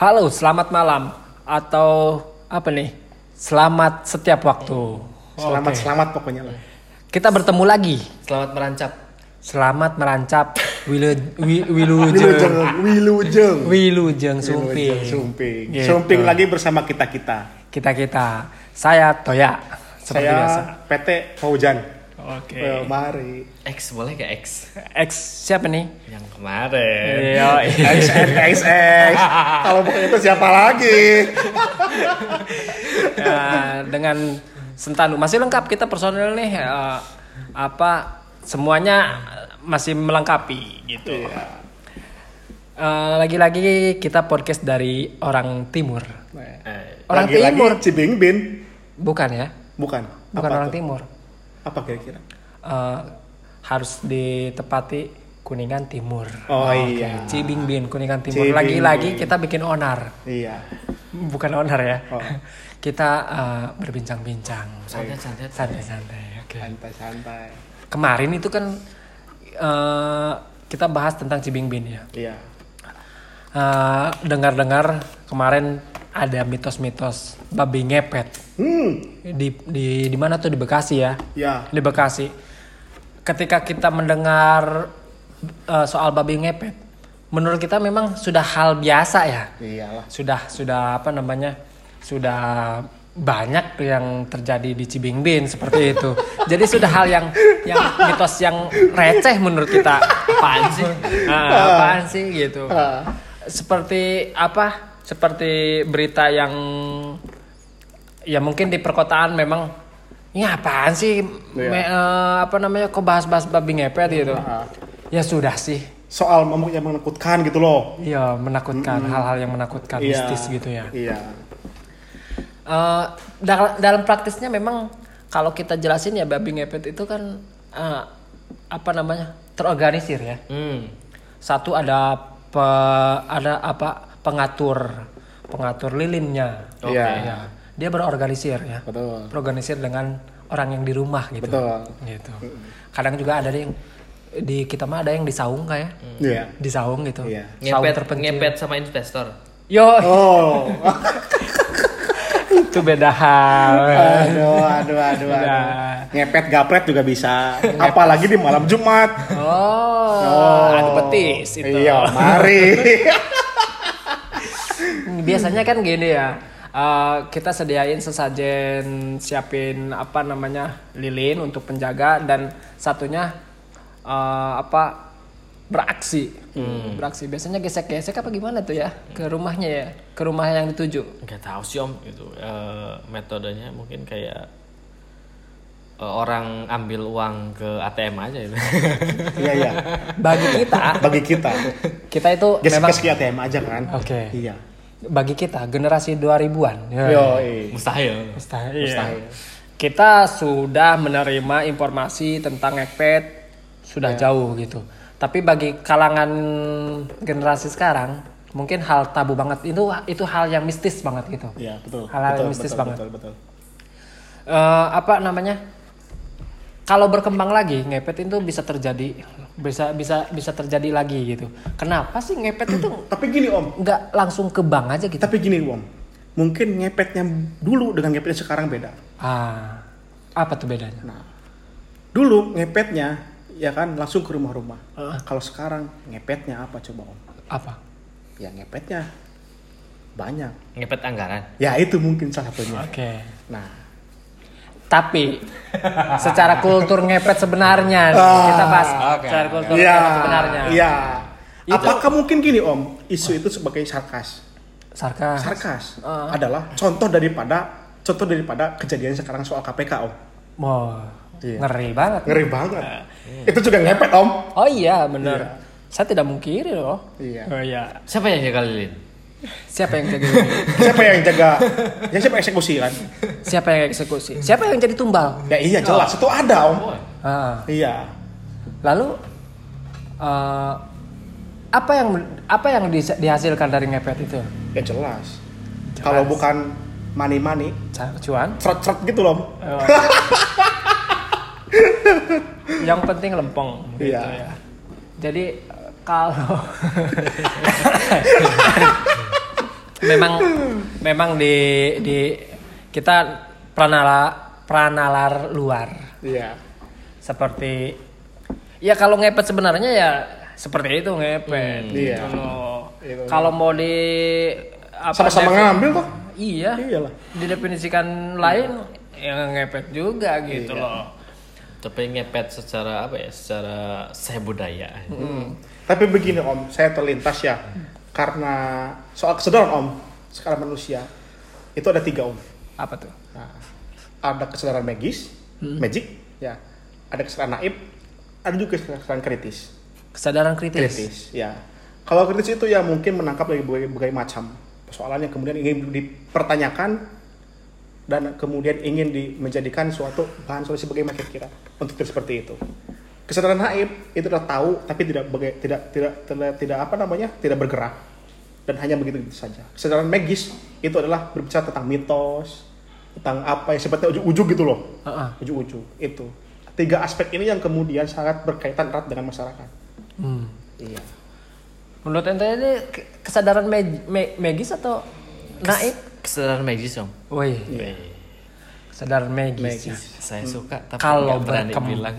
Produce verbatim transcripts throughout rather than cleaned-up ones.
Halo, selamat malam atau apa nih? Selamat setiap waktu. Selamat Oke. selamat pokoknya lah. Kita bertemu lagi. Selamat merancap. Selamat merancap Wilu wi, Wilujeng Wilujeng, Wilujeng, Wilujeng Sumping. Sumping. Gitu. Sumping lagi bersama kita kita. Kita kita. Saya Toya. Seperti Saya biasa. P T Faujan. Oke. Well, mari. X boleh gak X? X siapa nih? Yang kemarin. Iya. X X X X. Kalau bukan itu siapa lagi? Ya, dengan Sentanu masih lengkap kita personel nih. eh, apa semuanya masih melengkapi gitu. Iya. Eh, lagi-lagi kita podcast dari orang timur. Eh, Orang Lagi-lagi timur. Cibingbin. Bukan ya? Bukan. Bukan Apa orang tuh? timur. Apa kira-kira? Eh, harus ditepati Kuningan Timur. Oh, Oke, iya. Cibingbin Kuningan Timur. Cibingbin. Lagi-lagi kita bikin onar. Iya. Bukan onar ya. Oh. Kita eh, berbincang-bincang. santai-santai. Santai-santai. Oke. Santai-santai. Kemarin itu kan eh, kita bahas tentang Cibingbin ya. Iya. Eh, dengar-dengar kemarin ada mitos-mitos babi ngepet Hmm. di di di mana tuh di Bekasi ya. Ya. Di Bekasi. Ketika kita mendengar uh, soal babi ngepet, menurut kita memang sudah hal biasa ya. Iyalah. Sudah sudah apa namanya? Sudah banyak yang terjadi di Cibingbin seperti itu. Jadi sudah hal yang yang mitos yang receh menurut kita. Apaan sih? Ah, apaan sih gitu. Ah. Seperti apa? Seperti berita yang ya mungkin di perkotaan memang ini apaan sih Iya. Me- eh, apa namanya kok bahas-bahas babi ngepet gitu. Ah. Ya sudah sih. Soal momok yang menakutkan gitu loh. Iya, menakutkan, hal-hal yang menakutkan, Iya. mistis gitu ya. Iya. Eh, dal- dalam praktisnya memang kalau kita jelasin ya babi ngepet itu kan eh, apa namanya? Terorganisir ya. Hmm. Satu ada pe- ada apa? pengatur pengatur lilinnya. Oke. Iya. Ya, dia berorganisir ya. Betul. Berorganisir dengan orang yang di rumah gitu. Betul. Gitu. Kadang juga ada yang di kita mah ada yang di saung kayak. Iya. Di saung gitu. Iya. Saung Ngepet, terpencil. ngepet sama investor. Yo, Oh. itu beda hal. Aduh, aduh, aduh, Udah. aduh. Ngepet gapret juga bisa. Apalagi di malam Jumat. Oh, adu petis itu. Iya, mari. Biasanya kan gini ya. eh, kita sediain sesajen, siapin apa namanya lilin untuk penjaga dan satunya eh, apa beraksi, beraksi. Biasanya gesek-gesek apa gimana tuh ya ke rumahnya ya, ke rumah yang dituju. Gak tahu sih om itu eh, metodenya mungkin kayak eh, orang ambil uang ke A T M aja itu. Iya, iya. Bagi kita, Bagi kita. kita itu memang Gesek-gesek A T M aja kan. oke. Iya. Bagi kita generasi dua ribuan. Ya. Yo, iya. Mustahil. Mustahil. Mustahil. Kita sudah menerima informasi tentang ngepet sudah jauh gitu. Tapi bagi kalangan generasi sekarang mungkin hal tabu banget itu itu hal yang mistis banget gitu. Iya, betul. Hal-hal betul, yang mistis betul, banget. Betul, betul. Eh, apa namanya? Kalau berkembang lagi ngepet itu bisa terjadi bisa bisa bisa terjadi lagi gitu. Kenapa sih ngepet itu Tapi gini, Om. nggak langsung ke bank aja gitu? Tapi gini, Om. Mungkin ngepetnya dulu dengan ngepetnya sekarang beda. Ah, apa tuh bedanya? Nah, dulu ngepetnya ya kan langsung ke rumah-rumah. Uh. Kalau sekarang ngepetnya apa coba, Om? Apa? Ya ngepetnya banyak. Ngepet anggaran. Ya itu mungkin salah satunya. Oke. Nah, Tapi secara kultur ngepet sebenarnya Ah, kita bahas oke. secara kultur iya, ngepet sebenarnya. iya. Itu- Apakah mungkin gini, Om? Isu itu sebagai sarkas. Sarkas. Sarkas Ah. adalah contoh daripada contoh daripada kejadian sekarang soal K P K, Om. Wah, Iya. ngeri banget. Ngeri banget. Itu juga ngepet, Om. Oh iya, benar. Iya. Saya tidak mungkiri loh. Iya. Oh iya. Siapa yang jaga lilin? Siapa yang jaga ini? Siapa yang jaga? Ya siapa yang eksekusi kan? Siapa yang eksekusi? Siapa yang jadi tumbal? Ya iya jelas itu ada, Om. Ah. Iya. Lalu eh, apa yang apa yang di- dihasilkan dari ngepet itu? Ya jelas. Kalau bukan money-money, Ca- Cuan. seret-seret gitu loh. Om. Oh. Yang penting lempeng gitu Iya. ya. Jadi kalau memang memang di di kita pranala pranalar luar. Iya. Seperti ya kalau ngepet sebenarnya ya seperti itu ngepet Hmm, gitu iya. loh. Itu. Kalau mau di apa, Sama-sama defi- ngambil toh. Iya. Iyalah. Didefinisikan lain ya ngepet juga gitu Iya. loh. Tapi ngepet secara apa ya? Secara saya budaya. Hmm. Tapi begini Om, saya terlintas ya. Karena soal kesadaran Om, skala manusia itu ada tiga Om. Apa tuh? Nah, ada kesadaran magis, magic, ya. Ada kesadaran naib, ada juga kesadaran kritis. Kesadaran kritis. Kritis, ya. Kalau kritis itu ya mungkin menangkap dari berbagai, berbagai macam persoalan yang kemudian ingin dipertanyakan dan kemudian ingin di, menjadikan suatu bahan solusi bagaimana kira-kira untuk seperti itu. Kesadaran naib itu adalah tahu tapi tidak baga- tidak, tidak tidak tidak apa namanya tidak bergerak dan hanya begitu saja. Kesadaran magis itu adalah berbicara tentang mitos, tentang apa yang seperti ujuk-ujuk gitu loh, Uh-uh. ujuk-ujuk itu. Tiga aspek ini yang kemudian sangat berkaitan erat dengan masyarakat. Hmm. Iya. Menurut ente ini ke- kesadaran mag- ma- magis atau naib? Kesadaran magis om. Woi, Iya. kesadaran magis. Magis. Saya suka tapi Kalau nggak berani berkem- bilang.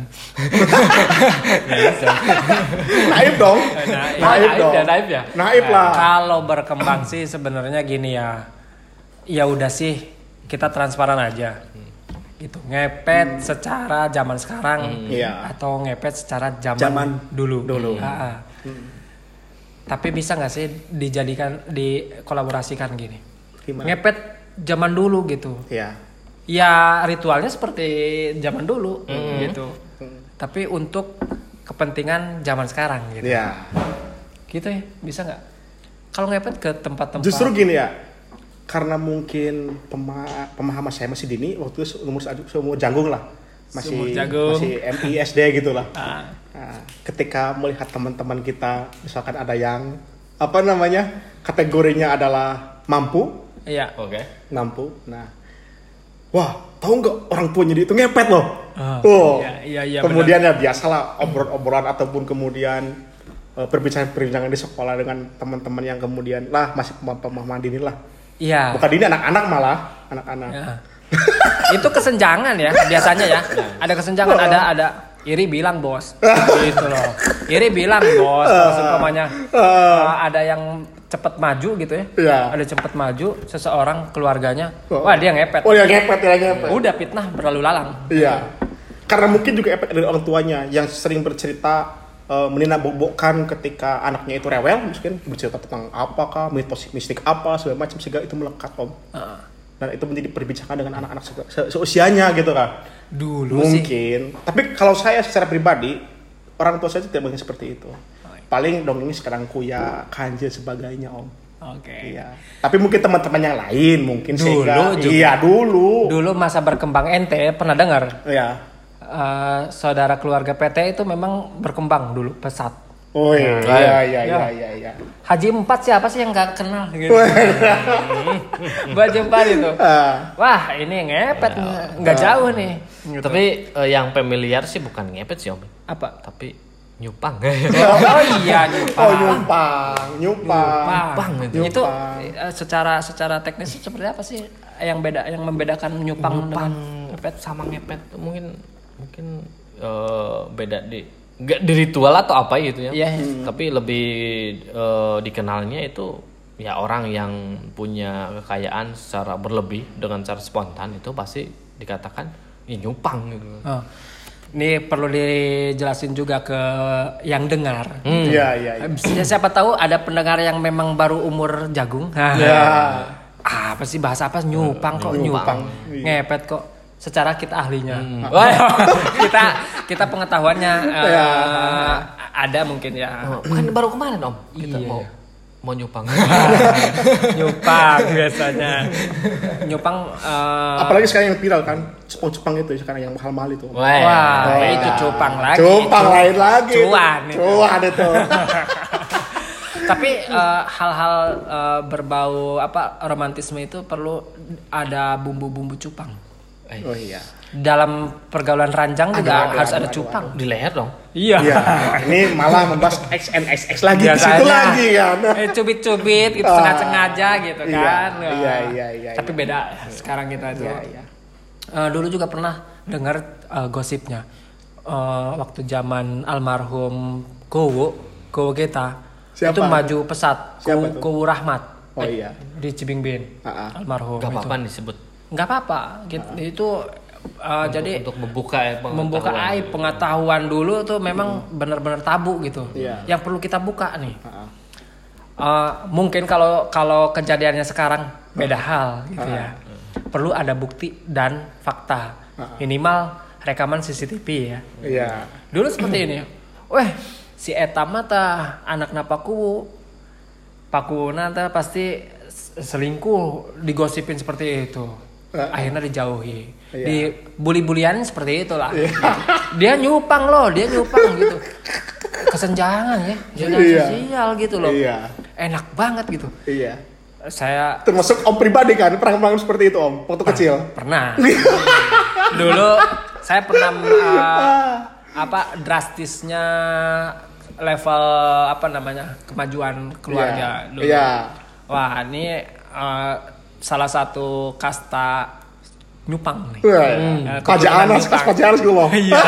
Naib dong. Naib. Naib Naib dong. ya, naib ya. Naib lah. Kalau berkembang sih sebenarnya gini ya. Ya udah sih kita transparan aja. Gitu. Ngepet secara zaman sekarang Iya. atau ngepet secara zaman, Zaman dulu. dulu. Ah, ah. Tapi bisa nggak sih dijadikan dikolaborasikan gini? Gimana? Ngepet zaman dulu gitu. Iya. Ya ritualnya seperti zaman dulu gitu. Hmm. Tapi untuk kepentingan zaman sekarang gitu. Iya. Gitu ya, bisa nggak? Kalau ngepet ke tempat-tempat Justru gini ya, karena mungkin pema- pemahaman saya masih dini, waktu itu umur umur janggung lah, masih Seumur jagung. masih M I S D gitu lah. Ah. Nah, ketika melihat teman-teman kita, misalkan ada yang apa namanya kategorinya adalah mampu, Iya. Oke. mampu. Nah, wah, tahu nggak orang tuanya dia itu ngepet loh. Ah, oh, iya, iya, iya, kemudian ya biasalah obrolan-obrolan ataupun kemudian uh, perbincangan-perbincangan di sekolah dengan teman-teman yang kemudian lah masih pemahaman dini lah. Iya. Bukan dini, anak-anak malah, anak-anak. Ya. Itu kesenjangan ya biasanya ya. Ada kesenjangan, ada ada Iri bilang bos, gitu loh. Iri bilang bos, kalau seumpamanya uh, ada yang cepet maju gitu ya. Iya. Ada cepet maju seseorang keluarganya, Oh. wah dia ngepet. Oh ya ngepet ya ngepet. Udah fitnah berlalu lalang. Iya. Karena mungkin juga efek dari orang tuanya yang sering bercerita uh, meninabobokan ketika anaknya itu rewel, mungkin bercerita tentang apakah mitos mistik apa segala macam sehingga itu melekat om. Uh, Dan itu menjadi perbincangan dengan anak-anak se- se- seusianya gitu kan. dulu sih. Mungkin. Tapi kalau saya secara pribadi, orang tua saya tidak mungkin seperti itu. Paling dong ini sekarang kuya, kanji sebagainya om. Oke. Iya. Tapi mungkin teman-teman yang lain mungkin Dulu sehingga juga. iya dulu. Dulu masa berkembang ente pernah dengar Iya. uh, saudara keluarga P T itu memang berkembang dulu pesat. Oh iya, Nah, iya, ya. iya, iya, iya, iya. Haji empat siapa sih yang nggak kenal gitu? Haji empat itu. Ah, Wah ini ngepet nggak jauh nih. Tapi eh, yang familiar sih bukan ngepet sih om. Apa? Tapi nyupang. Oh iya nyupang. oh nyumpang, nyumpang. Nyupang. itu. Itu Nyupang. eh, secara secara teknis seperti apa sih yang beda yang membedakan nyupang, Nyupang dengan ngepet? sama ngepet mungkin mungkin eh, beda di nggak di ritual atau apa gitu ya. Iya. Tapi lebih eh, dikenalnya itu ya orang yang punya kekayaan secara berlebih dengan cara spontan itu pasti dikatakan ya nyupang gitu. Oh. Ini perlu dijelasin juga ke yang dengar. Hmm. Iya, iya, iya. Ya, siapa tahu ada pendengar yang memang baru umur jagung. Ya. Apa sih bahasa apa nyupang kok nyupang, Nyupang. Iya. ngepet kok. Secara kita ahlinya, Hmm. Wah, kita kita pengetahuannya eh, Ya. ada mungkin ya. Oh, kan baru kemarin om kita Iya. mau mau nyupang. Nyupang biasanya. Nyupang. eh, Apalagi sekarang yang viral kan, Jepang itu sekarang yang mahal-mahal itu. Wah, Wah, Oh, itu nah. cupang lagi. Cupang Cu- lain lagi. Cuan. itu. Cuan itu. Tapi eh, hal-hal eh, berbau apa romantisme itu perlu ada bumbu-bumbu cupang. Eh, Oh iya. Dalam pergaulan ranjang juga Aduh, harus aduh, ada aduh, cupang. Di leher dong. Iya. Iya. Ini malah membahas X N X X lagi di situ Biasanya, lagi kan. eh, cubit-cubit gitu, Ah. sengaja gitu Iya, kan. iya, Wah. iya, iya, Tapi iya. beda sekarang kita itu. Iya, iya. Eh, dulu juga pernah dengar eh, gosipnya. Eh, waktu zaman almarhum Kowo, Kowo Geta, Siapa? itu maju pesat, Siapa Kowo, tuh? Kowo Rahmat. Oh iya. Di Cibingbin. Ah, ah. Almarhum Gak itu. apa-apa disebut. Nggak apa-apa. Gitu, itu eh, jadi Untuk membuka ya membuka pengetahuan. aib pengetahuan dulu tuh memang benar-benar tabu gitu. Iya. Yang perlu kita buka nih. Ah, ah. Eh, mungkin kalau kalau kejadiannya sekarang beda hal gitu Ah. ya. Perlu ada bukti dan fakta. Ah. Minimal rekaman C C T V ya. Iya. Dulu seperti ini. Weh, si eta mata anak napaku paku nanta pasti selingkuh, digosipin seperti itu. Ah. Akhirnya dijauhi. Iya. Di bully-bulian seperti itulah. Dia nyupang loh, dia nyupang gitu. Kesenjangan ya, jangan Iya. sosial gitu loh. Iya. Enak banget gitu. Iya. Saya Termasuk Om pribadi kan pernah melakukan seperti itu Om waktu kecil. pernah. Dulu saya pernah uh, apa drastisnya level apa namanya kemajuan keluarga Iya. dulu. Iya. Wah ini uh, salah satu kasta nyupang nih. Wah, Eh, Paja keturunan Anas, nyupang. Paja Anas gue mau. Iya.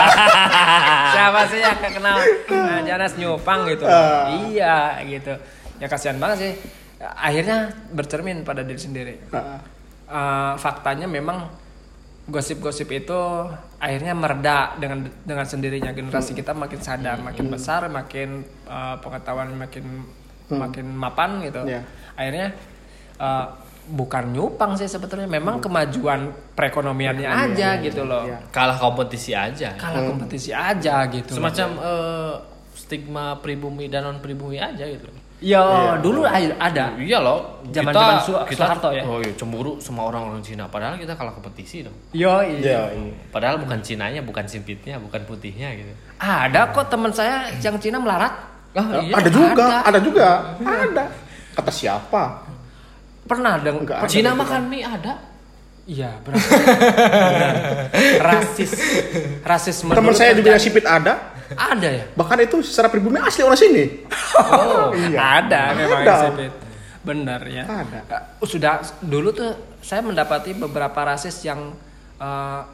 Siapa sih yang gak kenal nah, Janas nyupang gitu. Ah. Iya gitu. Ya kasihan banget sih. Akhirnya bercermin pada diri sendiri. Ah, Uh, faktanya memang gosip-gosip itu akhirnya mereda dengan dengan sendirinya. Generasi kita makin sadar, makin besar, makin uh, pengetahuan makin makin mapan gitu. Iya. Akhirnya uh, bukan nyupang sih sebetulnya, memang kemajuan perekonomiannya aja gitu loh. Iya. Kalah kompetisi aja. Kalah kompetisi aja gitu. Semacam eh, stigma pribumi dan non pribumi aja gitu. Ya Iya. dulu ada. Iya loh. Zaman-zaman kita- Su- kita- Soeharto ya? Oh iya, cemburu sama orang-orang Cina. Padahal kita kalah kompetisi dong. Yo Iya. iya. Padahal bukan Cinanya, bukan sipitnya, bukan putihnya gitu. Ada kok teman saya yang Cina melarat. Ah, Ada juga, ada. ada juga, ada. Kata siapa? Pernah dong. Enggak. per- Cina makan mie ada. Iya, berarti. Benar. Rasis. Rasisme. Teman dulu saya juga yang terjadi. sipit ada. Ada ya? Bahkan itu secara pribumi asli orang sini. Oh, Iya. Ada memang Ada. yang sipit. Benar ya. Ada. Uh, sudah dulu tuh saya mendapati beberapa rasis yang uh,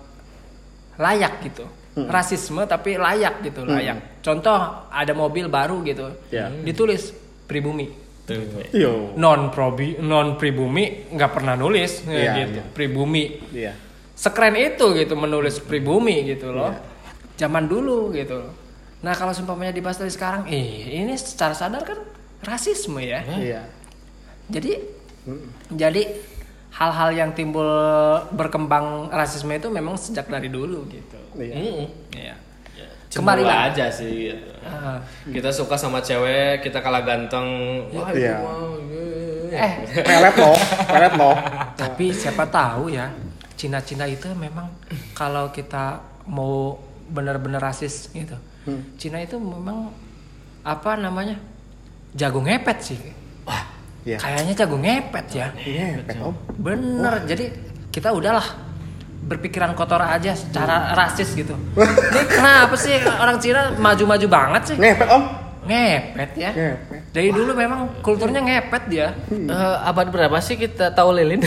layak gitu. Rasisme tapi layak gitu, layak. Contoh ada mobil baru gitu. Ya. Ditulis pribumi. Yo. Non probi non pribumi nggak pernah nulis ya, Iya, gitu. iya. Pribumi. Iya. Sekeren itu gitu menulis pribumi gitu loh. Zaman dulu gitu. Nah, kalau seumpamanya dibahas dari sekarang, eh ini secara sadar kan rasisme ya. Iya. Jadi jadi hal-hal yang timbul berkembang rasisme itu memang sejak dari dulu gitu. Iya. Mm-mm. Iya. Kembali Kembali lah. aja sih. Gitu. Ah. Kita suka sama cewek, kita kalah ganteng. Wah, itu Iya. mah, iya. Eh, Pelet loh, pelet loh. tapi siapa tahu ya, Cina-Cina itu memang kalau kita mau benar-benar rasis gitu. Cina itu memang apa namanya? Jago ngepet sih. Wah, iya. Kayaknya jago ngepet ya. Ngepet om. Bener. Jadi kita udahlah berpikiran kotor aja secara rasis gitu. Ini kenapa sih orang Cina maju-maju banget sih? Ngepet om. Ngepet ya. Ngepet. Dari dulu memang kulturnya ngepet dia. Eh, abad berapa sih kita tahu lilin?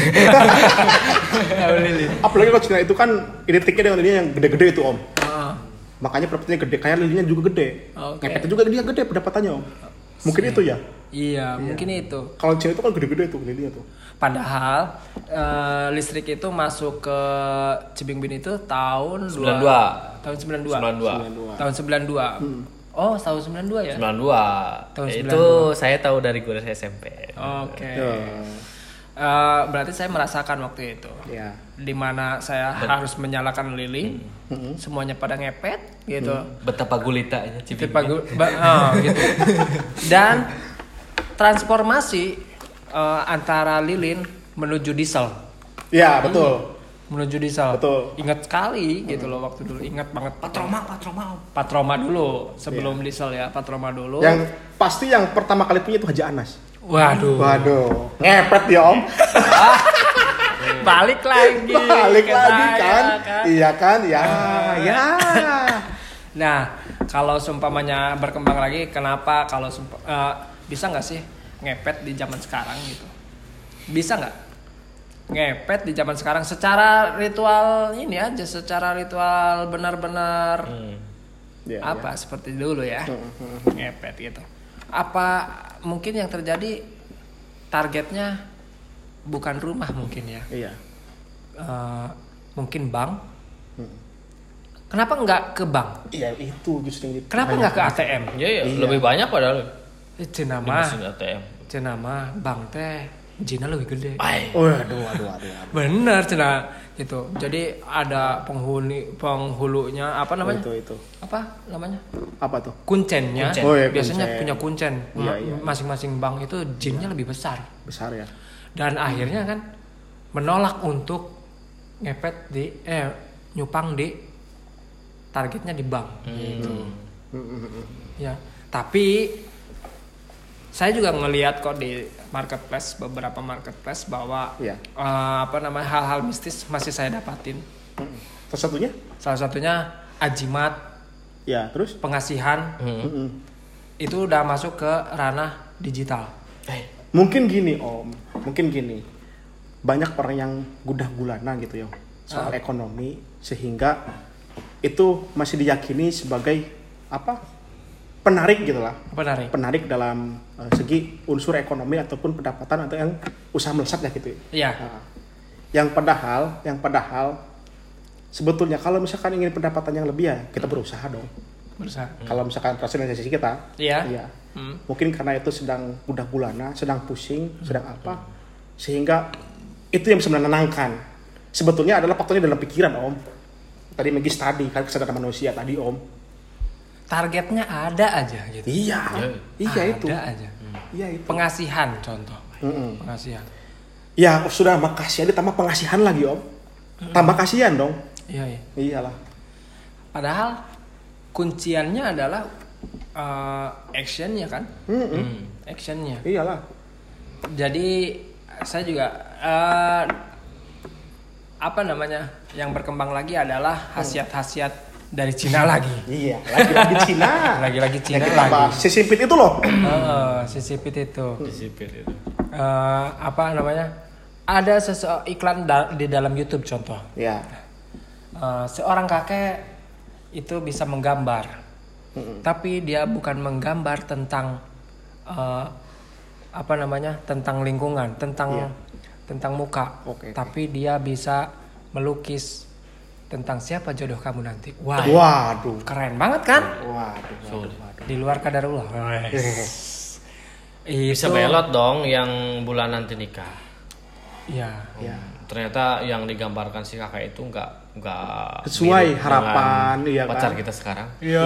Tahu lilin. Apalagi kalau Cina itu kan identiknya dengan lilin yang gede-gede itu om. Ah, Makanya pendapatannya gede, kayak lilinnya juga gede. Oke. Ngepetnya juga dia gede pendapatannya om. Mungkin itu ya. iya, mungkin itu. Kalau Cina itu kan gede-gede tuh lilinnya tuh. Padahal eh, listrik itu masuk ke Cibingbin itu tahun sembilan dua, dua. tahun sembilan dua. sembilan dua. Tahun sembilan dua. Oh, tahun sembilan dua ya? sembilan dua. Tahun Itu sembilan dua. saya tahu dari guru S M P. Oke. Ya. Eh, berarti saya merasakan waktu itu. Ya. Dimana saya harus menyalakan lilin, semuanya pada ngepet gitu. Betapa gulitanya Cipinang. Tipe gu- ba- oh, gitu. Dan transformasi eh, antara lilin menuju diesel, Ya betul. menuju diesel. Betul. Ingat sekali gitu loh waktu dulu. Ingat banget. Patroma, patroma. Patroma dulu sebelum diesel ya. Patroma dulu. Yang pasti yang pertama kali punya itu Haji Anas. Waduh. Waduh. Ngepet ya om. balik lagi. Balik ke lagi saya, kan? Iya kan? Ya, ya. Nah, kalau seumpamanya berkembang lagi, kenapa kalau sumpa- eh, bisa nggak sih ngepet di zaman sekarang gitu? Bisa nggak ngepet di zaman sekarang secara ritual ini aja, secara ritual benar-benar Hmm. Ya, apa ya. seperti dulu ya, ngepet gitu. Apa mungkin yang terjadi targetnya bukan rumah mungkin ya? Iya. Eh, mungkin bank. Hmm. Kenapa nggak ke bank? Iya, itu justru yang Kenapa nggak ke A T M? Ya, ya, Iya. lebih banyak padahal Eh, di Cenama, mesin A T M. cenama bank teh jina lebih gede. Ay. Oh, aduh, aduh, aduh, aduh. Bener cina gitu. Jadi ada penghuni penghulunya apa namanya? Oh, itu itu. Apa namanya? Apa tuh? Kuncennya. Kuncen. Oh, iya, Biasanya kuncen. punya kuncen. Iya, Ma- iya. Masing-masing bank itu jinnya lebih besar. Besar ya. Dan akhirnya kan menolak untuk ngepet di eh nyupang di targetnya di bank gitu. Ya, tapi saya juga ngelihat kok di marketplace, beberapa marketplace bahwa Iya. eh, apa namanya hal-hal mistis masih saya dapatin. Terus satunya? Salah satunya ajimat, Ya, terus? pengasihan Mm-mm. itu udah masuk ke ranah digital. Eh, Mungkin gini Om, mungkin gini. Banyak orang yang gudah gulana gitu ya soal Ah. ekonomi sehingga itu masih diyakini sebagai apa? Penarik gitu lah. Benar ya? Penarik dalam uh, segi unsur ekonomi ataupun pendapatan atau yang usaha melesat ya gitu. Iya. Nah, yang padahal, yang padahal sebetulnya kalau misalkan ingin pendapatan yang lebih ya kita berusaha dong. Berusaha. Kalau misalkan rasionalisasi kita, Iya. iya. Hmm. Mungkin karena itu sedang gudah gulana, sedang pusing, sedang apa, sehingga itu yang bisa menenangkan. Sebetulnya adalah faktornya dalam pikiran Om. Tadi Magis tadi kan kesadaran manusia tadi Om. Targetnya ada aja gitu. Iya, iya itu. Ada aja. Iya itu. Pengasihan contoh. Mm-mm. Pengasihan. Ya sudah makasih ditambah pengasihan lagi Om. Tambah kasihan dong. Iya, iya. Iyalah. Padahal kunciannya adalah uh, actionnya kan, Mm-mm. actionnya. Iyalah. Jadi saya juga uh, apa namanya yang berkembang lagi adalah khasiat-khasiat dari Cina lagi. Iya, lagi-lagi Cina. Lagi-lagi Cina Yang lagi. ditambah si simpit itu loh. Uh, si sipit itu. Disipin itu. Uh, apa namanya? Ada sesuatu iklan da- di dalam YouTube contoh. Ya. Uh, seorang kakek itu bisa menggambar, tapi dia bukan menggambar tentang uh, apa namanya, tentang lingkungan, tentang Iya. tentang muka, Oke, oke. tapi dia bisa melukis tentang siapa jodoh kamu nanti. Wah, Waduh. keren banget kan? Waduh. So, Di luar kadarullah. bisa Itu- belot dong yang bulan nanti nikah. Iya. Ya. Ternyata yang digambarkan si kakak itu nggak nggak Sesuai mirip harapan, dengan iya pacar kan? kita sekarang. Iya.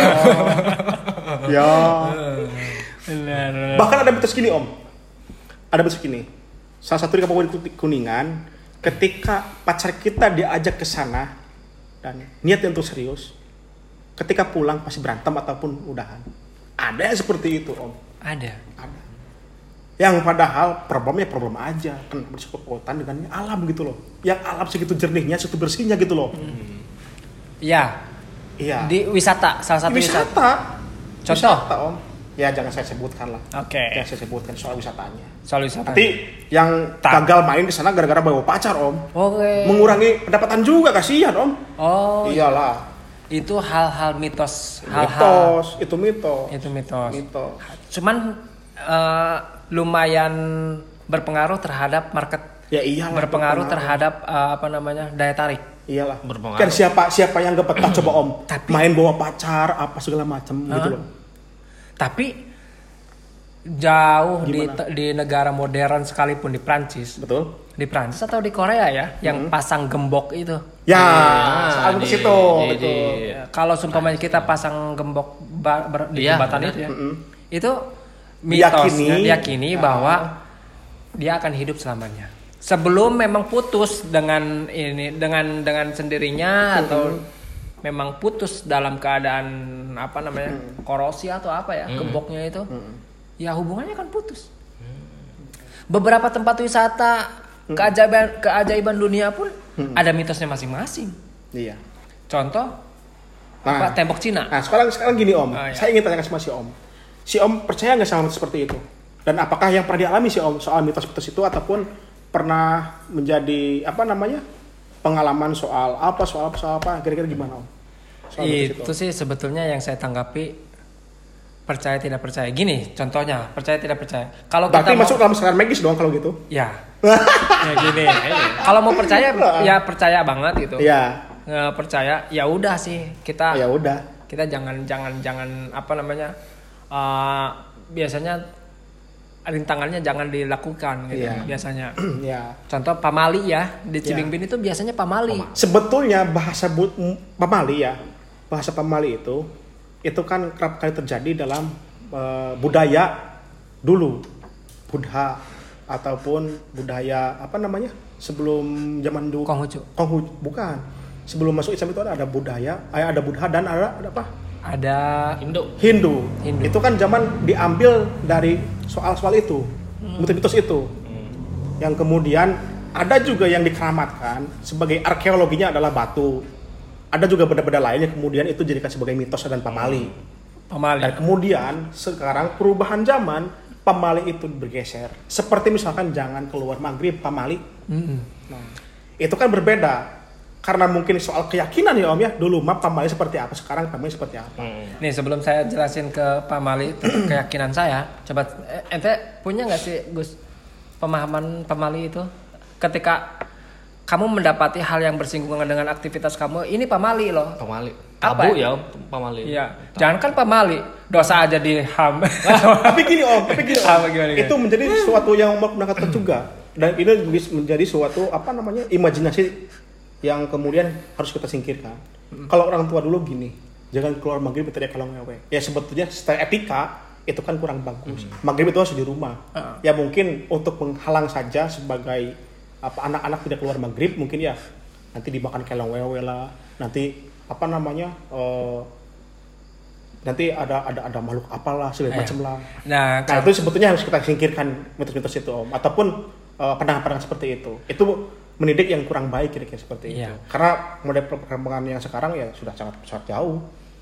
Ya. Benar. Bahkan ada mitos gini Om. Ada mitos gini. Salah satu di Kabupaten Kuningan, ketika pacar kita diajak ke sana dan niatnya untuk serius, ketika pulang pasti berantem ataupun udahan. Ada yang seperti itu Om. Ada. Ada. Yang padahal problemnya problem aja, kan bersekongkotan dengan alam gitu loh. Yang alam segitu jernihnya, segitu bersihnya gitu loh. Iya. Iya. Di wisata, salah satu wisata. wisata. Contoh? Wisata, Om. Ya jangan saya sebutkan lah. Oke. Jangan saya sebutkan soal wisatanya. Soal wisata. Nanti yang Tak. gagal main ke sana gara-gara bawa pacar Om. Oke. Mengurangi pendapatan juga, kasihan Om. Oh, Iyalah. itu hal-hal mitos, hal-hal Mitos, itu mitos. itu mitos. Mitos. Cuman eh, lumayan berpengaruh terhadap market, Ya iyalah. berpengaruh terhadap eh, apa namanya daya tarik. Iyalah. Berpengaruh. Kan siapa siapa yang gak betah coba Om? Tapi- Main bawa pacar apa segala macam gitu loh. Tapi jauh di, Gimana? di negara modern sekalipun di Prancis, Betul? di Prancis atau di Korea ya, yang pasang gembok itu. Ya, Nah, selalu ke di- situ, di- betul. di- Ya, kalau seumpamanya kita pasang gembok ba- ber- di Iya, jembatan benar. itu ya, Mm-mm. itu mitosnya Diyakini. diyakini Ah. bahwa dia akan hidup selamanya. Sebelum memang putus dengan ini dengan dengan sendirinya atau memang putus dalam keadaan apa namanya korosi atau apa ya gemboknya itu, ya hubungannya akan putus. Beberapa tempat wisata Keajaiban keajaiban dunia pun Hmm. ada mitosnya masing-masing. Iya. Contoh Nah, apa tembok Cina. Nah sekarang sekarang gini Om, Oh, iya. saya ingin tanyakan sama si Om. Si Om percaya nggak sama mitos seperti itu? Dan apakah yang pernah dialami si Om soal mitos-mitos itu ataupun pernah menjadi apa namanya pengalaman soal apa soal apa soal apa kira-kira gimana Om? Soal mitos Itu sih sebetulnya yang saya tanggapi percaya tidak percaya. Gini contohnya percaya tidak percaya. Kalau Berarti kita mau, masuk dalam sekarang magis dong kalau gitu? ya, ya gini. Kalau mau percaya ya percaya banget gitu. Iya. Nggak percaya ya udah sih kita Ya udah. kita jangan jangan jangan apa namanya uh, biasanya rintangannya jangan dilakukan gitu Iya. biasanya. Ya. Contoh pamali ya di Cibimbing itu biasanya pamali. Sebetulnya bahasa bu- m- pamali ya, bahasa pamali itu itu kan kerap kali terjadi dalam eh, budaya dulu, Buddha ataupun budaya apa namanya sebelum zaman dulu. Konghucu. Konghucu bukan. Sebelum masuk Islam itu ada, ada budaya, eh, ada Buddha dan ada, ada apa? Ada Indo. Hindu. Hindu. Itu kan zaman diambil dari soal-soal itu, mitos-mitos itu. Yang kemudian ada juga yang dikeramatkan sebagai arkeologinya adalah batu. Ada juga benda-benda lainnya kemudian itu dijadikan sebagai mitos dan pamali. pamali. Dan kemudian sekarang perubahan zaman pamali itu bergeser. Seperti misalkan jangan keluar maghrib pamali. Mm-mm. Nah, itu kan berbeda. Karena mungkin soal keyakinan ya Om ya. Dulu mah pamali seperti apa, sekarang pamali seperti apa. Hmm. Nih sebelum saya jelasin ke pamali tentang keyakinan saya, coba eh, ente punya nggak sih Gus pemahaman pamali itu? Ketika kamu mendapati hal yang bersinggungan dengan aktivitas kamu, ini pamali loh. Pamali. Apa Tabu ya? ya pamali. Iya. Jangan kan pamali, dosa aja di ham. Tapi gini Om, tapi gini Om. Apa, gimana, gimana? Itu menjadi sesuatu yang menakutkan juga. Dan ini menjadi suatu apa namanya imajinasi yang kemudian harus kita singkirkan. Kalau orang tua dulu gini, jangan keluar maghrib teriak kalau ngewe. Ya sebetulnya secara etika itu kan kurang bagus. Maghrib itu harus di rumah. Uh-uh. Ya mungkin untuk menghalang saja sebagai apa anak-anak tidak keluar maghrib mungkin ya nanti dimakan kelong wewe lah, nanti apa namanya eh, nanti ada ada ada makhluk apalah segala Iya. macam lah. Nah, Nah itu sebetulnya harus kita singkirkan mitos-mitos itu Om, ataupun uh, pandangan-pandangan seperti itu. Itu mendidik yang kurang baik kira-kira seperti Iya. itu. Karena model perkembangan yang sekarang ya sudah sangat sangat jauh.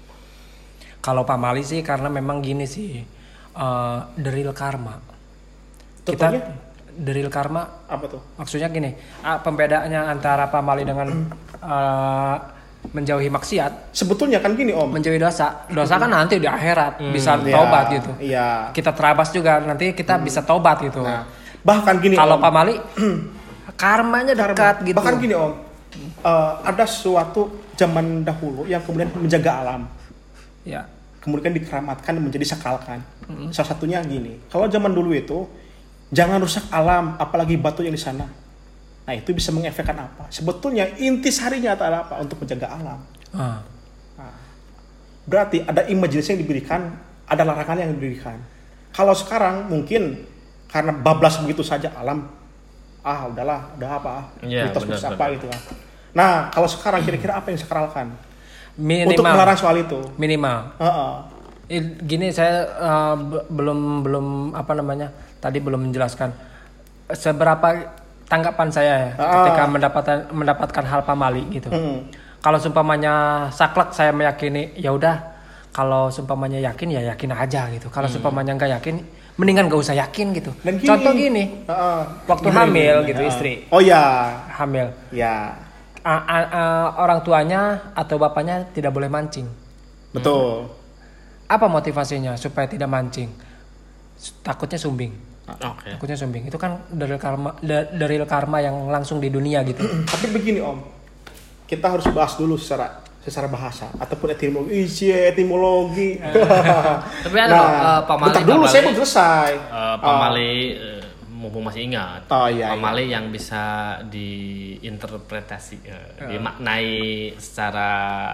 kalau pamali sih karena memang gini sih, uh, the real karma. Kita Contohnya? the real karma Apa tuh? maksudnya gini, ah, pembedaannya antara pamali dengan uh, menjauhi maksiat, Sebetulnya kan gini Om. menjauhi dosa. Dosa kan nanti di akhirat bisa Iya, taubat gitu. Iya. Kita terabas juga nanti kita bisa taubat gitu. Nah, bahkan gini Kalau Om. pamali karmanya dekat gitu. Bahkan gini Om. uh, ada suatu zaman dahulu yang kemudian menjaga alam. Ya. Kemudian dikeramatkan dan menjadi sakalkan. Salah satunya gini, kalau zaman dulu itu jangan rusak alam, apalagi batu yang di sana. Nah itu bisa mengefekkan apa? Sebetulnya intisarinya adalah apa? Untuk menjaga alam. Ah. Nah, berarti ada imajinasi yang diberikan, ada larangan yang diberikan. Kalau sekarang mungkin karena bablas begitu saja alam, ah udahlah, udah apa? Iya, mitos-mitos benar, apa benar. gitu lah. Nah kalau sekarang kira-kira apa yang disakralkan Minimal. untuk melarang soal itu? Minimal. Heeh. I- Gini saya uh, b- belum belum apa namanya tadi belum menjelaskan seberapa tanggapan saya ya Ah. ketika mendapatkan mendapatkan hal pamali gitu. Mm. Kalau sumpamanya saklek saya meyakini ya udah, kalau sumpamanya yakin ya yakin aja gitu. Kalau sumpamanya nggak yakin mendingan gak usah yakin gitu. Dan gini, Contoh gini, Heeh. waktu Gimana, hamil gimana? gitu Heeh. istri Oh ya, hamil, ya, A- a- a- orang tuanya atau bapaknya tidak boleh mancing. betul. Apa motivasinya supaya tidak mancing? Takutnya sumbing. Oke. Takutnya sumbing. Itu kan dari karma da- dari karma yang langsung di dunia gitu. Tapi begini Om, kita harus bahas dulu secara secara bahasa ataupun etimologi. Ih, etimologi. Tapi ada loh, eh, pamali- bentar dulu pamali- saya belum selesai. Eh, pamali eh, mumpung masih ingat. Oh, iya, pamali yang bisa diinterpretasi, eh, dimaknai secara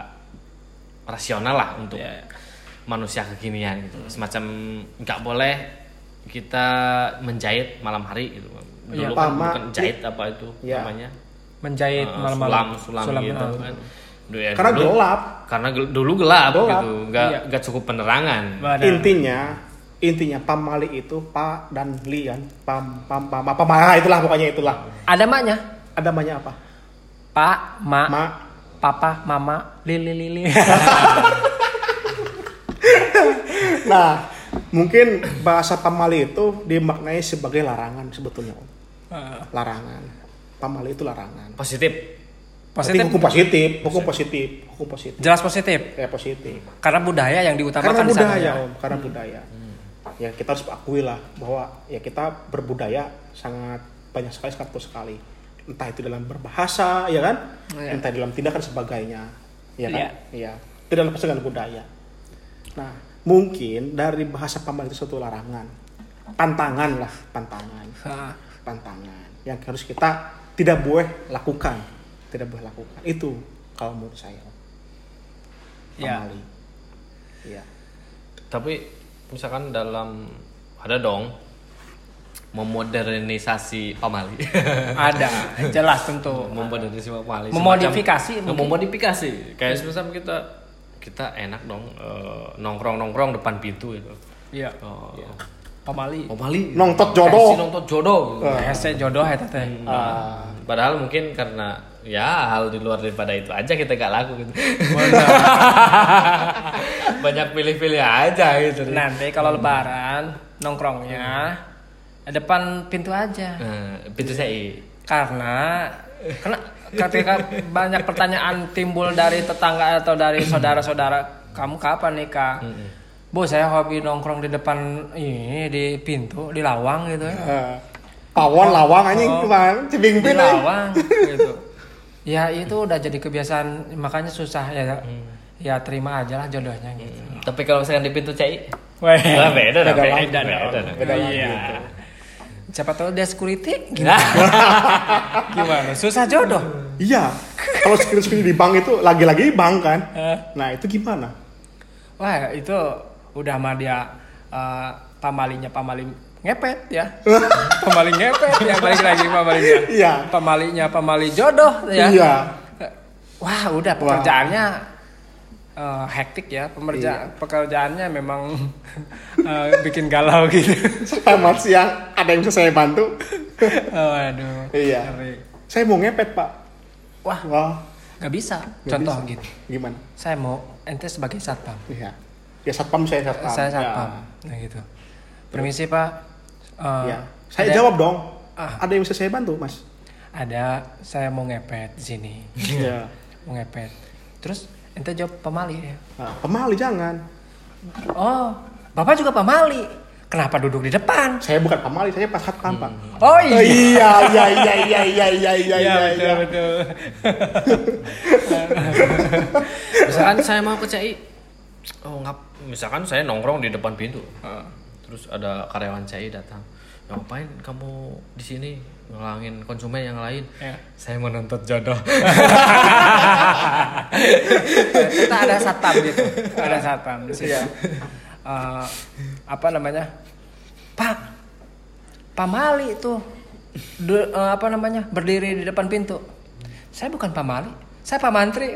rasional lah untuk Iya. manusia kekinian gitu. Semacam nggak boleh kita menjahit malam hari gitu. Iya, Dulu kan pama- bukan jahit apa itu Iya. namanya? Menjahit Eh, malam-malam. sulam, sulam, gitu ah. kan. Dulu ya, Karena dulu- gelap. Karena gel- dulu gelap, Gelap. gitu, nggak Iya. nggak cukup penerangan. Benar. Intinya intinya pamali itu pa dan li kan. Pam pam pam apa ma itulah pokoknya itulah. Ada maknya? Ada namanya apa? Pak, ma, Ma. papa, mama, lili lili. Nah, mungkin bahasa pamali itu dimaknai sebagai larangan sebetulnya Om. Larangan. Pamali itu larangan. Positif. Positif. Hukum positif, hukum positif, hukum positif. Jelas positif. Ya positif. Karena budaya yang diutamakan Karena di sana, budaya ya. Om, karena budaya. Ya kita harus akui lah bahwa ya kita berbudaya sangat banyak sekali, sangat bagus sekali. Entah itu dalam berbahasa, ya kan? Iya. Entah dalam tindakan sebagainya, ya kan? Iya. Iya. Itu dalam dengan budaya. Nah, mungkin dari bahasa pamali itu suatu larangan, pantangan lah, pantangan, Ah. pantangan yang harus kita tidak boleh lakukan, tidak boleh lakukan. Itu kalau menurut saya, Iya. pamali. Iya. Tapi misalkan dalam ada dong memodernisasi pamali. Ada, jelas tentu. Memodernisasi pamali. Memodifikasi Semacam- mungkin. memodifikasi. Kayak misalnya kita kita enak dong eh, nongkrong-nongkrong depan pintu itu. Iya. Oh, Pamali. pamali. Nongtot jodoh. Kasih nongtot jodoh. gitu. Hese jodoh eta teh. Ah. Padahal mungkin karena ya hal di luar daripada itu aja kita gak laku gitu. Banyak pilih-pilih aja gitu. Nanti kalau lebaran nongkrongnya depan pintu aja. Nah, pintu saya. Karena karena ketika banyak pertanyaan timbul dari tetangga atau dari saudara-saudara, kamu kapan nikah? Bu, saya hobi nongkrong di depan ini di pintu, di lawang gitu ya. Eh, Pawon lawang anjing Oh. kemarin Di cibing-cibing lawang gitu. Ya itu udah jadi kebiasaan, makanya susah ya. Ya terima aja lah jodohnya gitu. Tapi kalau misalkan di pintu cai, Weh, ah, beda, beda beda, lagi, beda, beda beda, lagi, beda lagi iya. gitu. Siapa tahu dia security gimana? Gimana? Susah jodoh. Iya. Kalau screen-screen di bank itu lagi-lagi bank kan. Eh. Nah, itu gimana? Wah, itu udah mah dia eh, pamalinya pamali ngepet ya. Pamali ngepet ya, balik lagi pamalinya. Iya. Pamalinya pamali jodoh ya. Iya. Wah, udah pekerjaannya eh, hektik ya. Pekerja pekerjaannya memang eh, bikin galau gitu. Selamat siang, ada yang bisa saya bantu? Oh, aduh. Iya. Ngeri. Saya mau ngepet, Pak. Wah, Wah, nggak bisa. nggak Contoh bisa. gitu. Gimana? Saya mau ente sebagai satpam. Iya. Ya satpam saya satpam. Saya satpam. Nah gitu. Permisi Pak. Eh, Ya. Saya ada- jawab dong. Ah. Ada yang bisa saya bantu, Mas? Ada, saya mau ngepet di sini. Iya. Mau ngepet. Terus ente jawab pamali ya. Nah, pemali jangan. Oh, Bapak juga pamali. Kenapa duduk di depan? Saya bukan pemali, saya pas satpam, Pak. Oh Oh, iya. iya, iya, iya, iya, iya, iya, iya, iya, betul, iya. betul. misalkan saya mau ke cai, oh ngap, misalkan saya nongkrong di depan pintu, terus ada karyawan cai datang, "Ya, ngapain kamu di sini ngelangin konsumen yang lain?" Ya. Saya menuntut jodoh. Kita ada satpam gitu. Ada satpam di sini. Eh, apa namanya? Pak, pamali itu de- eh, apa namanya? Berdiri di depan pintu. Saya bukan pamali, saya pamantri.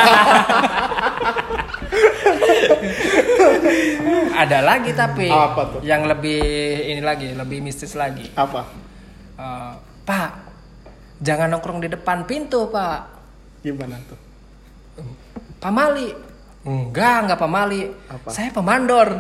Ada lagi tapi Apa tuh? yang lebih ini lagi, lebih mistis lagi. Apa? Eh, Pak, jangan nongkrong di depan pintu, Pak. Gimana tuh? Pamali. Enggak, enggak pamali. Apa? Saya pemandor.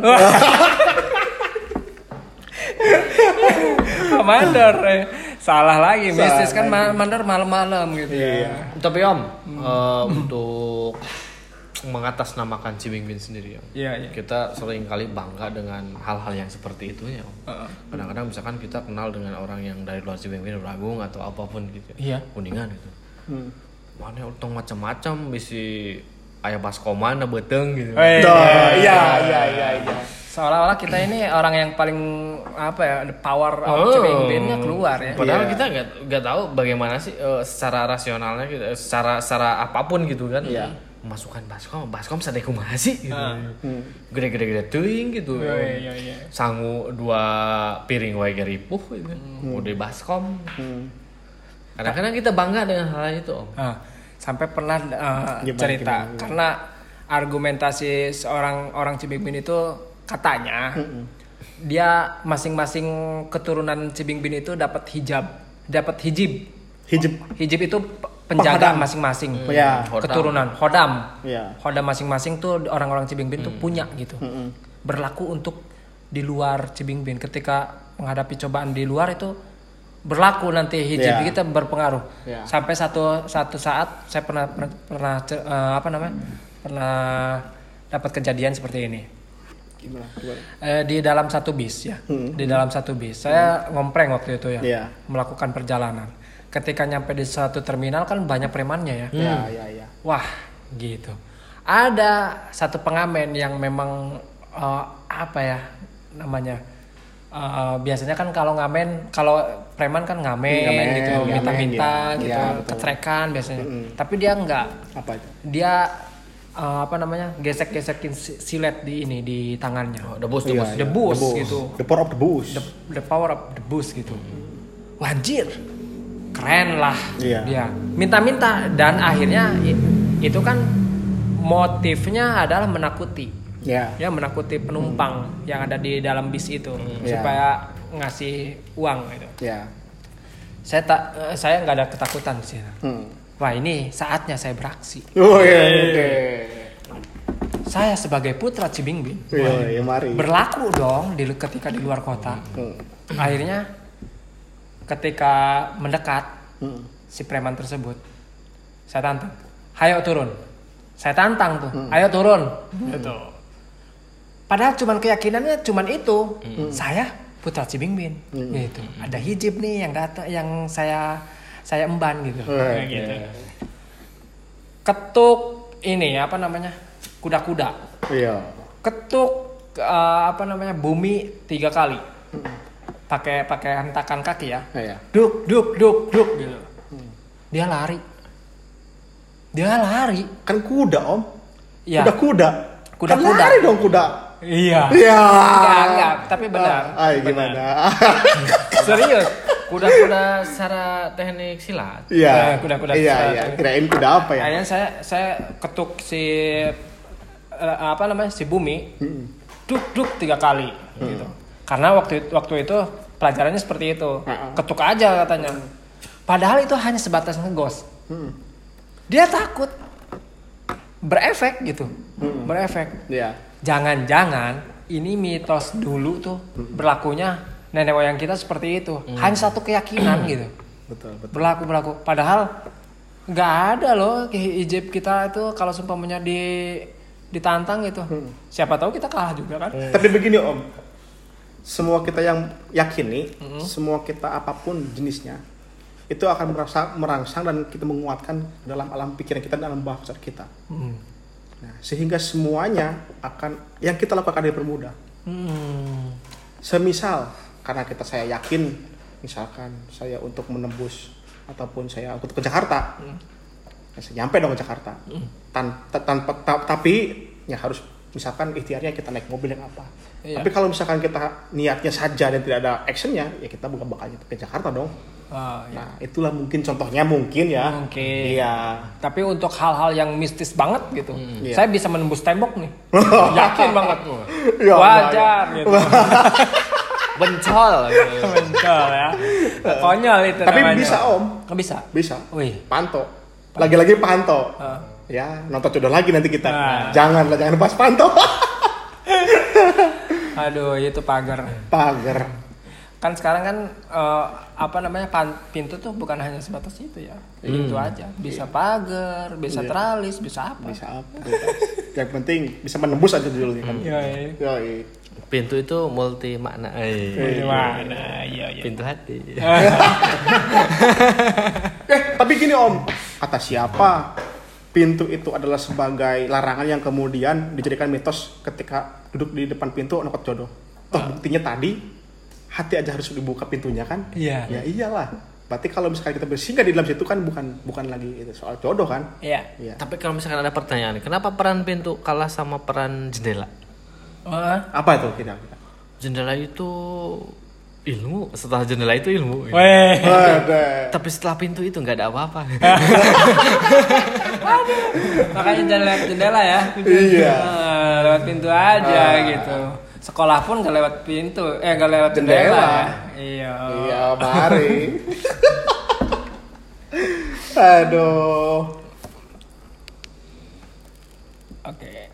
Pemandor. eh. Salah lagi, Salah mistis kan lagi. ma- mandor malam-malam gitu Iya. ya. Tapi Om, eh, untuk mengatasnamakan Cibing Bin sendiri, Om. Iya, iya. Kita sering kali bangga dengan hal-hal yang seperti itu ya, Om. Heeh. Kadang-kadang misalkan kita kenal dengan orang yang dari luar Cibing Bin, Ragung atau apapun gitu. Iya. Kuningan gitu. Hmm. Mana untung macam-macam bisa aya baskoman na beteng gitu. Eh, Duh, iya, iya, iya, iya. Seolah-olah kita ini orang yang paling apa ya, the power Oh. of Cibing Bin-nya keluar ya. Padahal Iya. kita nggak nggak tahu bagaimana sih eh, secara rasionalnya gitu, eh, secara secara apapun gitu kan. Iya. Memasukkan baskom, baskom sadek kumaha sih gitu. Ah. Hmm. Gede-gede gede teuing gitu. Iya, iya, iya. Sangu dua piring wae geripuh gitu. Udah baskom. Hmm. Kadang-kadang kita bangga dengan hal itu, Om. Ah, sampai pernah uh, Gimana, cerita gimana, gimana? karena argumentasi seorang orang Cibing Bin itu katanya dia masing-masing keturunan Cibingbin itu dapat hijab, dapat hijib. Hijab. Hijib itu penjaga Penghodam. masing-masing Hmm. Ya. keturunan. Hodam. Ya. Hodam masing-masing tuh orang-orang Cibingbin tuh punya gitu. Mm-mm. Berlaku untuk di luar Cibingbin. Ketika menghadapi cobaan di luar itu berlaku nanti hijab Ya. kita berpengaruh. Ya. Sampai satu satu saat saya pernah pernah, pernah eh, apa namanya? Pernah dapat kejadian seperti ini. Gimana? Gimana? Eh, di dalam satu bis ya. Hmm. Di dalam satu bis. Saya ngompreng waktu itu ya. Iya. Melakukan perjalanan. Ketika nyampe di satu terminal kan banyak premannya ya. Ya, ya, ya. Wah, gitu. Ada satu pengamen yang memang eh, apa ya namanya? Eh, biasanya kan kalau ngamen, kalau preman kan ngamen, Ngamen, gitu, ngamen, minta-minta ya. gitu, Ya, betul. kecrekan biasanya. Mm-mm. Tapi dia enggak. Apa itu? Dia eh, apa namanya? Gesek-gesekin si- silet di ini di tangannya. Oh, debus, Iya, debus. iya. Debus, The gitu. The power of the bush. The, the power of the bus gitu. Wajir. Keren lah Iya. dia. Minta-minta dan akhirnya i- itu kan motifnya adalah menakuti. Ya. Ya menakuti penumpang yang ada di dalam bis itu Iya. supaya ngasih uang gitu. Ya. Saya tak eh, saya nggak ada ketakutan di sini. Hmm. Wah, ini saatnya saya beraksi. Oh iya. Oke. Saya sebagai putra Cibingbin Iya, iya, mari. berlaku dong di ketika di luar kota. Hmm. Akhirnya ketika mendekat Hmm. si preman tersebut, saya tantang, ayo turun. Saya tantang tuh, ayo turun. Gitu. Padahal cuman keyakinannya cuman itu, saya putra Cibingbin, gitu. Ada hijib nih yang data, yang saya saya emban gitu. Eh, Gitu. Ketuk ini apa namanya, kuda-kuda. Iya. Ketuk eh, apa namanya bumi tiga kali. Pakai pakai hentakan kaki ya. Iya. Duk duk duk duk gitu. Dia lari. Dia lari. Kan kuda, Om. Iya. Kuda-kuda. Kuda-kuda. Kan lari dong kuda. Iya. Iya. Enggak, enggak, tapi benar. Ah, ah, Benar. gimana? Serius. Kuda-kuda secara teknik silat. Iya. Eh, kuda-kuda Iya, secara- iya. Kirain kuda apa ya? Akhirnya saya saya ketuk si eh, apa namanya si bumi. Hmm. Duk duk tiga kali gitu. Karena waktu waktu itu pelajarannya seperti itu. Heeh. Ketuk aja katanya. Padahal itu hanya sebatas ngegos. Hmm. Dia takut berefek gitu. Berefek. Iya. Jangan-jangan ini mitos dulu tuh berlakunya nenek moyang kita seperti itu. Hanya satu keyakinan gitu. Betul, betul. Berlaku berlaku. Padahal nggak ada loh hijab kita itu kalau seumpamanya di ditantang gitu. Siapa tahu kita kalah juga kan. Tapi begini, Om. Semua kita yang yakini, semua kita apapun jenisnya, itu akan merasa merangsang dan kita menguatkan dalam alam pikiran kita, dalam bahasa kita. Hmm. Nah, sehingga semuanya akan yang kita lakukan akan dipermudah. Hmm. Semisal karena kita saya yakin, misalkan saya untuk menembus ataupun saya untuk ke Jakarta, ya saya nyampe dong ke Jakarta. Tan- ta- tanpa ta- tapi ya harus misalkan ikhtiarnya kita naik mobil yang apa. Iya. Tapi kalau misalkan kita niatnya saja dan tidak ada actionnya, ya kita bukan bakal ke Jakarta dong. Ah, ya. Nah, itulah mungkin contohnya mungkin ya. Mungkin. Iya. Tapi untuk hal-hal yang mistis banget gitu, Iya. saya bisa menembus tembok nih. Yakin banget. Ya, Wajar gitu. Bencol. Betul ya. Konyol itu Tapi namanya. bisa, Om. Nggak bisa. Bisa. Wih. Panto. Lagi-lagi Panto. Ah. Ya, nonton jodoh lagi nanti kita. Ah. Janganlah, jangan bahas Panto. Aduh, itu pagar. Pagar. Kan sekarang kan eh, apa namanya pan- pintu tuh bukan hanya sebatas itu ya. Pintu aja. Bisa pagar, bisa Iya. teralis, bisa apa. Bisa apa? Yang penting bisa menembus aja dulunya kan. Iya, iya. Yoi. Pintu itu multi makna. Eh, Gimana? Iya, iya. Pintu hati. Eh, tapi gini Om, kata siapa pintu itu adalah sebagai larangan yang kemudian dijadikan mitos ketika duduk di depan pintu nokot jodoh. Toh buktinya tadi hati aja harus dibuka pintunya kan? Iya. Ya iyalah. Berarti kalau misalkan kita bersinggah di dalam situ kan bukan bukan lagi itu soal jodoh kan? Iya. Iya. Tapi kalau misalkan ada pertanyaan, kenapa peran pintu kalah sama peran jendela? Wah. Apa itu kira-kira? Jendela itu ilmu, setelah jendela itu ilmu. Weh. Ada. Tapi setelah pintu itu nggak ada apa-apa. Makanya jangan lewat jendela ya. Iya. Ah, lewat pintu aja Ah. gitu. Sekolah pun gak lewat pintu, eh gak lewat Jendela. jendela. Ya. Iya. Iya, mari. Aduh. Oke.